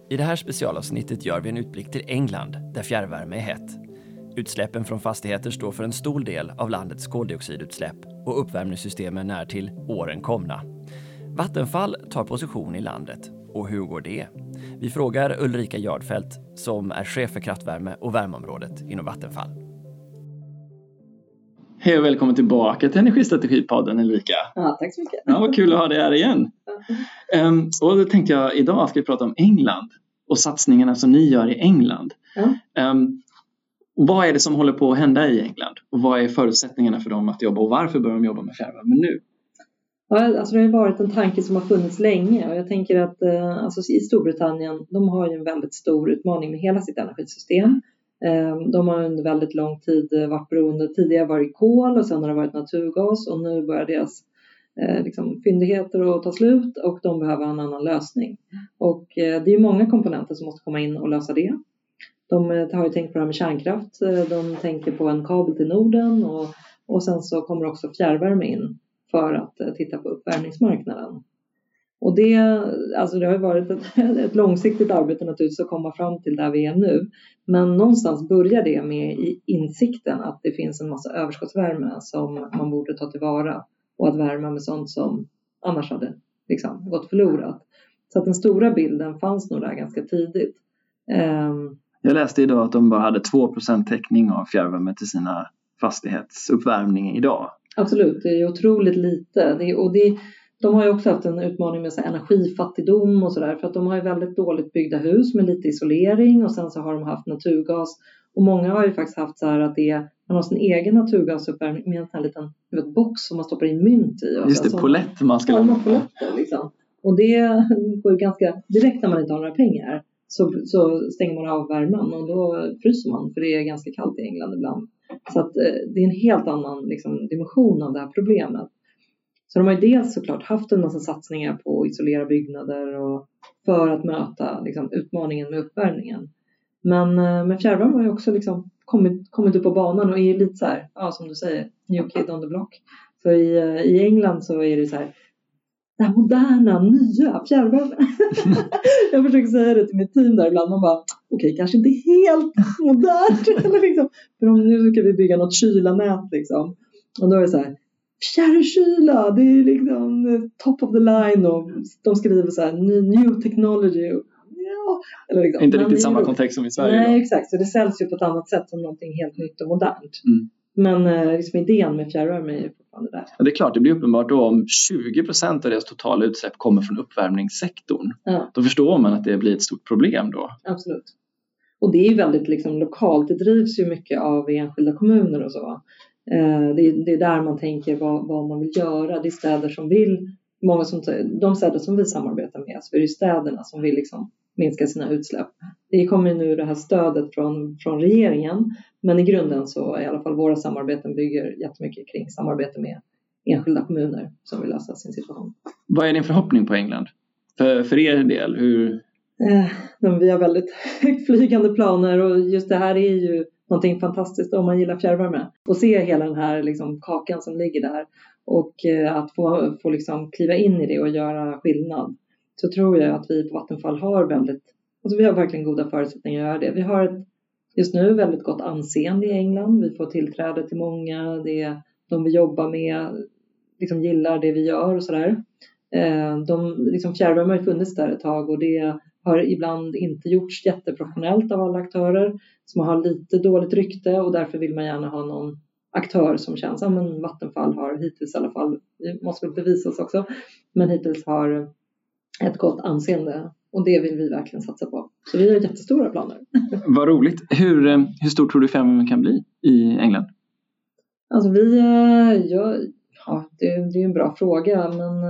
I det här specialavsnittet gör vi en utblick till England, där fjärrvärme är hett. Utsläppen från fastigheter står för en stor del av landets koldioxidutsläpp och uppvärmningssystemen är till åren komna. Vattenfall tar position i landet. Och hur går det? Vi frågar Ulrika Jardfelt som är chef för kraftvärme och värmeområdet inom Vattenfall. Hej och välkommen tillbaka till Energistrategipodden, Ulrika. Ja, tack så mycket. Ja, vad kul att ha dig här igen. Och då tänkte jag, idag ska vi prata om England och satsningarna som ni gör i England. Vad är det som håller på att hända i England? Och vad är förutsättningarna för dem att jobba? Och varför börjar de jobba med fjärrvärme nu? Ja, alltså det har varit en tanke som har funnits länge. Och jag tänker att i Storbritannien, de har ju en väldigt stor utmaning med hela sitt energisystem. De har under väldigt lång tid varit beroende. Tidigare var det kol och sen har det varit naturgas. Och nu börjar deras fyndigheter att ta slut och de behöver en annan lösning. Och det är många komponenter som måste komma in och lösa det. De har ju tänkt på det här med kärnkraft. De tänker på en kabel till Norden och sen så kommer också fjärrvärme in för att titta på uppvärmningsmarknaden. Och det har ju varit ett långsiktigt arbete naturligtvis att komma fram till där vi är nu. Men någonstans börjar det med insikten att det finns en massa överskottsvärme som man borde ta tillvara. Och att värma med sånt som annars hade gått förlorat. Så att den stora bilden fanns nog där ganska tidigt. Jag läste idag att de bara hade 2% täckning av fjärrvärme till sina fastighetsuppvärmning idag. Absolut, det är otroligt lite. De har ju också haft en utmaning med energifattigdom och sådär. För att de har ju väldigt dåligt byggda hus med lite isolering. Och sen så har de haft naturgas. Och många har ju faktiskt haft så här att man har sin egen naturgasuppvärmning med en sån här liten box som man stoppar in mynt i. Och just det, polett man ska lämna. Liksom. Och det går ju ganska direkt när man inte har några pengar. Så stänger man av värmen och då fryser man. För det är ganska kallt i England ibland. Så att det är en helt annan dimension av det här problemet. Så de har ju dels såklart haft en massa satsningar på att isolera byggnader och för att möta utmaningen med uppvärmningen. Men fjärrvärme har ju också kommit upp på banan och är lite så här, som du säger, new kid on the block. Så i England så är det så här, det här moderna, nya fjärrvärme. Jag försöker säga det till mitt team där ibland. Man bara, okej, kanske inte helt modernt. Eller för nu ska vi bygga något kylanät Och då är det så här, fjärrkyla, det är top of the line. Och de skriver så här, new technology. Eller inte riktigt samma kontext som i Sverige. Nej, då. Exakt. Så det säljs ju på ett annat sätt som någonting helt nytt och modernt. Men idén med fjärrvärme är ju fortfarande där. Ja, det är klart, det blir uppenbart då om 20% av deras totala utsläpp kommer från uppvärmningssektorn. Ja. Då förstår man att det blir ett stort problem då. Absolut. Och det är ju väldigt lokalt. Det drivs ju mycket av enskilda kommuner och så. Det är där man tänker vad man vill göra. Det är städer som vill, de städer som vi samarbetar med, så är det städerna som vill minska sina utsläpp. Det kommer nu det här stödet från regeringen, men i grunden så i alla fall våra samarbeten bygger jättemycket kring samarbete med enskilda kommuner som vill lösa sin situation. Vad är din förhoppning på England? För er del, hur? Vi har väldigt flygande planer och just det här är ju någonting fantastiskt om man gillar fjärrvärme. Och se hela den här kakan som ligger där och att få kliva in i det och göra skillnad. Så tror jag att vi på Vattenfall har vi har verkligen goda förutsättningar att göra det. Vi har just nu väldigt gott anseende i England. Vi får tillträde till många. De vi jobbar med gillar det vi gör och sådär. Fjärrvärme har funnits där ett tag och det har ibland inte gjorts jätteprofessionellt av alla aktörer. Så man har lite dåligt rykte och därför vill man gärna ha någon aktör som känns. Men Vattenfall har hittills i alla fall, det måste väl bevisas också, men hittills har ett gott anseende och det vill vi verkligen satsa på. Så vi har jättestora planer. Vad roligt. Hur stor tror du fjärrvärme kan bli i England? Alltså det är en bra fråga, men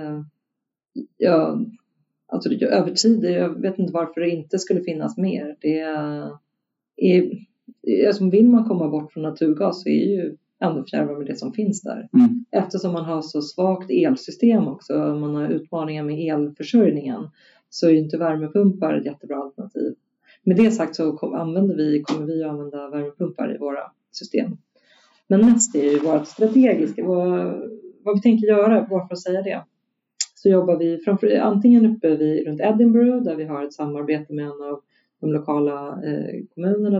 över tid, jag vet inte varför det inte skulle finnas mer. Vill man komma bort från naturgas så är ju ändå fjärrvärme det som finns där. Eftersom man har så svagt elsystem också, man har utmaningar med elförsörjningen, så är ju inte värmepumpar ett jättebra alternativ. Med det sagt så kommer vi använda värmepumpar i våra system. Men näst är ju vårt strategiska, vad vi tänker göra, varför säga det. så jobbar vi antingen uppe runt Edinburgh där vi har ett samarbete med en av de lokala kommunerna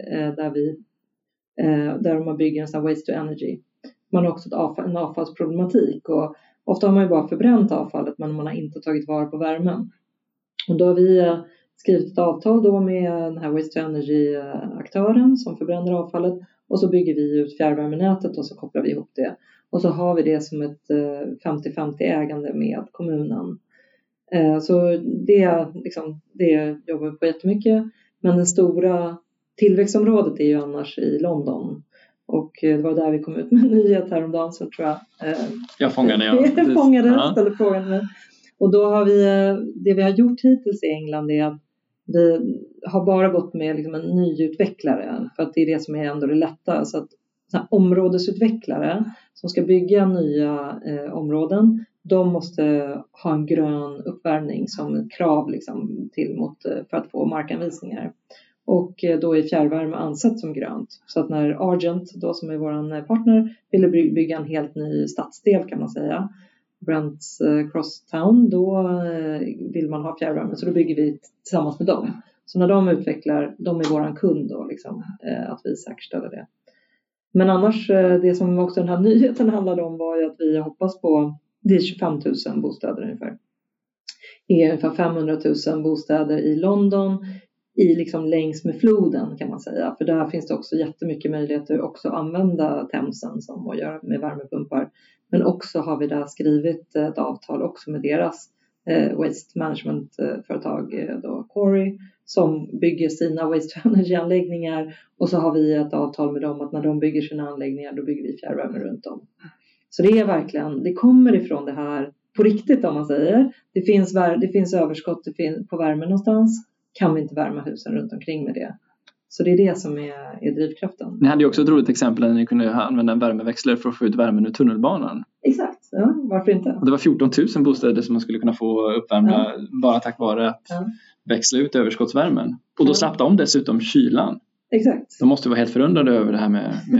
där man bygger en sån här waste to energy. Man har också en avfallsproblematik och ofta har man ju bara förbränt avfallet men man har inte tagit vara på värmen. Och då har vi skrivit ett avtal då med den här waste to energy-aktören som förbränner avfallet och så bygger vi ut fjärrvärmenätet och så kopplar vi ihop det. Och så har vi det som ett 50-50 ägande med kommunen. Så det jobbar vi på jättemycket. Men det stora tillväxtområdet är ju annars i London. Och det var där vi kom ut med en nyhet häromdagen så tror jag. Jag fångade ställde frågan nu. Och då har det vi har gjort hittills i England är att vi har bara gått med liksom en nyutvecklare. För att det är det som är ändå det lätta. Så att områdesutvecklare som ska bygga nya områden, de måste ha en grön uppvärmning som ett krav liksom, för att få markanvisningar. Och då är fjärrvärme ansett som grönt. Så att när Argent, då som är vår partner, ville bygga en helt ny stadsdel kan man säga, Brents Cross Town, då vill man ha fjärrvärme. Så då bygger vi tillsammans med dem. Så när de utvecklar, de är våran kund då liksom, att vi säkerställer det. Men annars, det som också den här nyheten handlade om var ju att vi hoppas på, det är 25 000 bostäder ungefär. Det är ungefär 500 000 bostäder i London, liksom längs med floden kan man säga. För där finns det också jättemycket möjligheter också att använda Themsen som att göra med värmepumpar. Men också har vi där skrivit ett avtal också med deras waste management-företag då Quarry som bygger sina waste energy-anläggningar och så har vi ett avtal med dem att när de bygger sina anläggningar då bygger vi fjärrvärme runt om. Så det är verkligen, det kommer ifrån det här på riktigt om man säger. Det finns överskott på värme någonstans, kan vi inte värma husen runt omkring med det. Så det är det som är drivkraften. Ni hade ju också ett roligt exempel när ni kunde använda en värmeväxlare för att få ut värmen ur tunnelbanan. Exakt, ja, varför inte? Och det var 14 000 bostäder som man skulle kunna få uppvärmda bara tack vare att växla ut överskottsvärmen. Och då slapp de dessutom kylan. Exakt. De måste vara helt förundrade över det här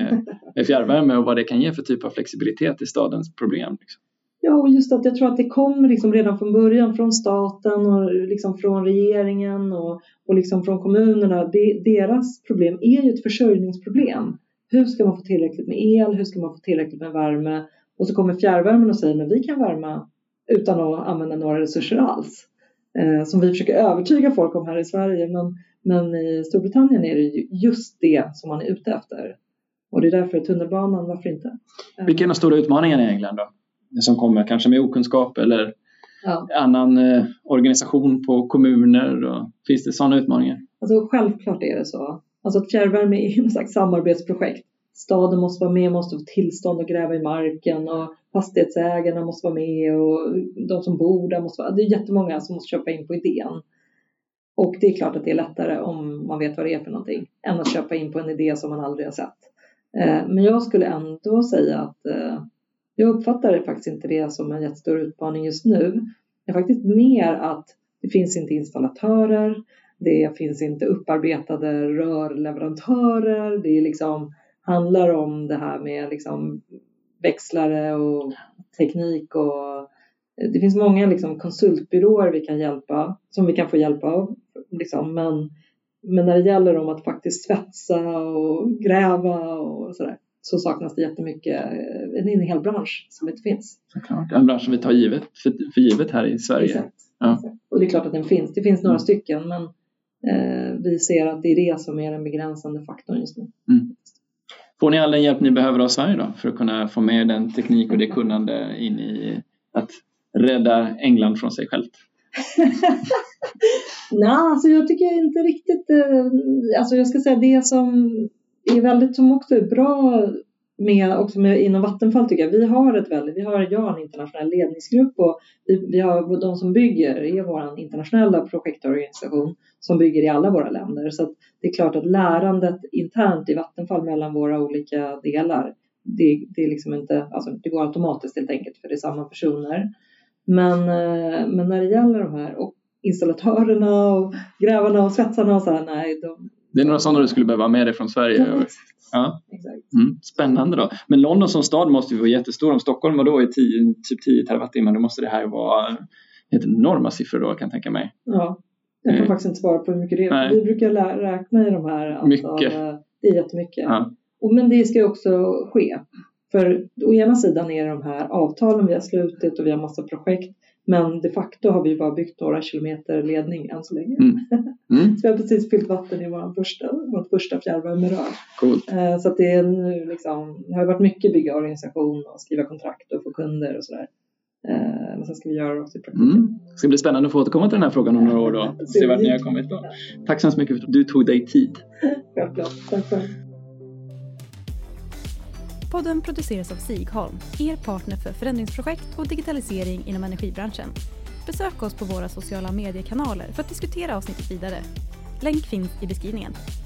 med fjärrvärme och vad det kan ge för typ av flexibilitet i stadens problem. Liksom. Ja, och just att jag tror att det kommer liksom redan från början från staten och liksom från regeringen och liksom från kommunerna. Deras problem är ju ett försörjningsproblem. Hur ska man få tillräckligt med el? Hur ska man få tillräckligt med värme? Och så kommer fjärrvärmen och säger att vi kan värma utan att använda några resurser alls. Som vi försöker övertyga folk om här i Sverige. Men i Storbritannien är det just det som man är ute efter. Och det är därför tunnelbanan, varför inte? Vilka är de stora utmaningarna i England då? Som kommer kanske med okunskap eller annan organisation på kommuner. Och finns det sådana utmaningar? Alltså självklart är det så. Alltså att fjärrvärme är ett slags samarbetsprojekt. Staden måste vara med, måste få tillstånd att gräva i marken och fastighetsägarna måste vara med och de som bor där måste vara. Det är jättemånga som måste köpa in på idén. Och det är klart att det är lättare om man vet vad det är för någonting än att köpa in på en idé som man aldrig har sett. Men jag skulle ändå säga att jag uppfattar faktiskt inte det som en jättestor utmaning just nu. Det är faktiskt mer att det finns inte installatörer, det finns inte upparbetade rörleverantörer, det är liksom, handlar om det här med liksom växlare och teknik och det finns många liksom konsultbyråer vi kan hjälpa, som vi kan få hjälp av liksom, men när det gäller om att faktiskt svetsa och gräva och sådär, så saknas det jättemycket, en hel bransch som inte finns. Såklart, en bransch som vi tar för givet här i Sverige. Exakt. Och det är klart att den finns. Det finns några stycken, men vi ser att det är det som är den begränsande faktorn just nu. Får ni all den hjälp ni behöver av Sverige då för att kunna få med den teknik och det kunnande in i att rädda England från sig självt? Nej, alltså jag tycker inte riktigt, alltså jag ska säga det som är väldigt, som också är bra med inom Vattenfall tycker jag. Vi har en internationell ledningsgrupp och vi har de som bygger är vår internationella projektorganisation som bygger i alla våra länder. Så att det är klart att lärandet internt i Vattenfall mellan våra olika delar, det är liksom inte, alltså det går automatiskt helt enkelt för det är samma personer. Men när det gäller de här och installatörerna och grävarna och svetsarna och så här, nej. Det är några sådana du skulle behöva med dig från Sverige. Ja. Exakt. Spännande då. Men London som stad måste ju vara jättestor. Om Stockholm var då är typ 10 terawattimmar, då måste det här vara enorma siffror då, kan jag tänka mig. Ja, jag kan faktiskt inte svara på hur mycket det är. Vi brukar räkna i de här. Mycket. Det är jättemycket. Ja. Men det ska ju också ske. För å ena sidan är det de här avtalen vi har slutit och vi har massa projekt. Men de facto har vi bara byggt några kilometer ledning än så länge. Så vi har precis fyllt vatten i vårt första fjärrvärmerör. Coolt. Så att det är nu liksom, det har varit mycket bygga organisation och skriva kontrakt och få kunder och sådär. Men sen ska vi göra det också i praktiken. Det ska bli spännande att få återkomma till den här frågan om några år då. Se vart ni har kommit då. Tack så mycket för att du tog dig tid. Självklart. Tack själv. Podden produceras av Sigholm, er partner för förändringsprojekt och digitalisering inom energibranschen. Besök oss på våra sociala mediekanaler för att diskutera avsnittet vidare. Länk finns i beskrivningen.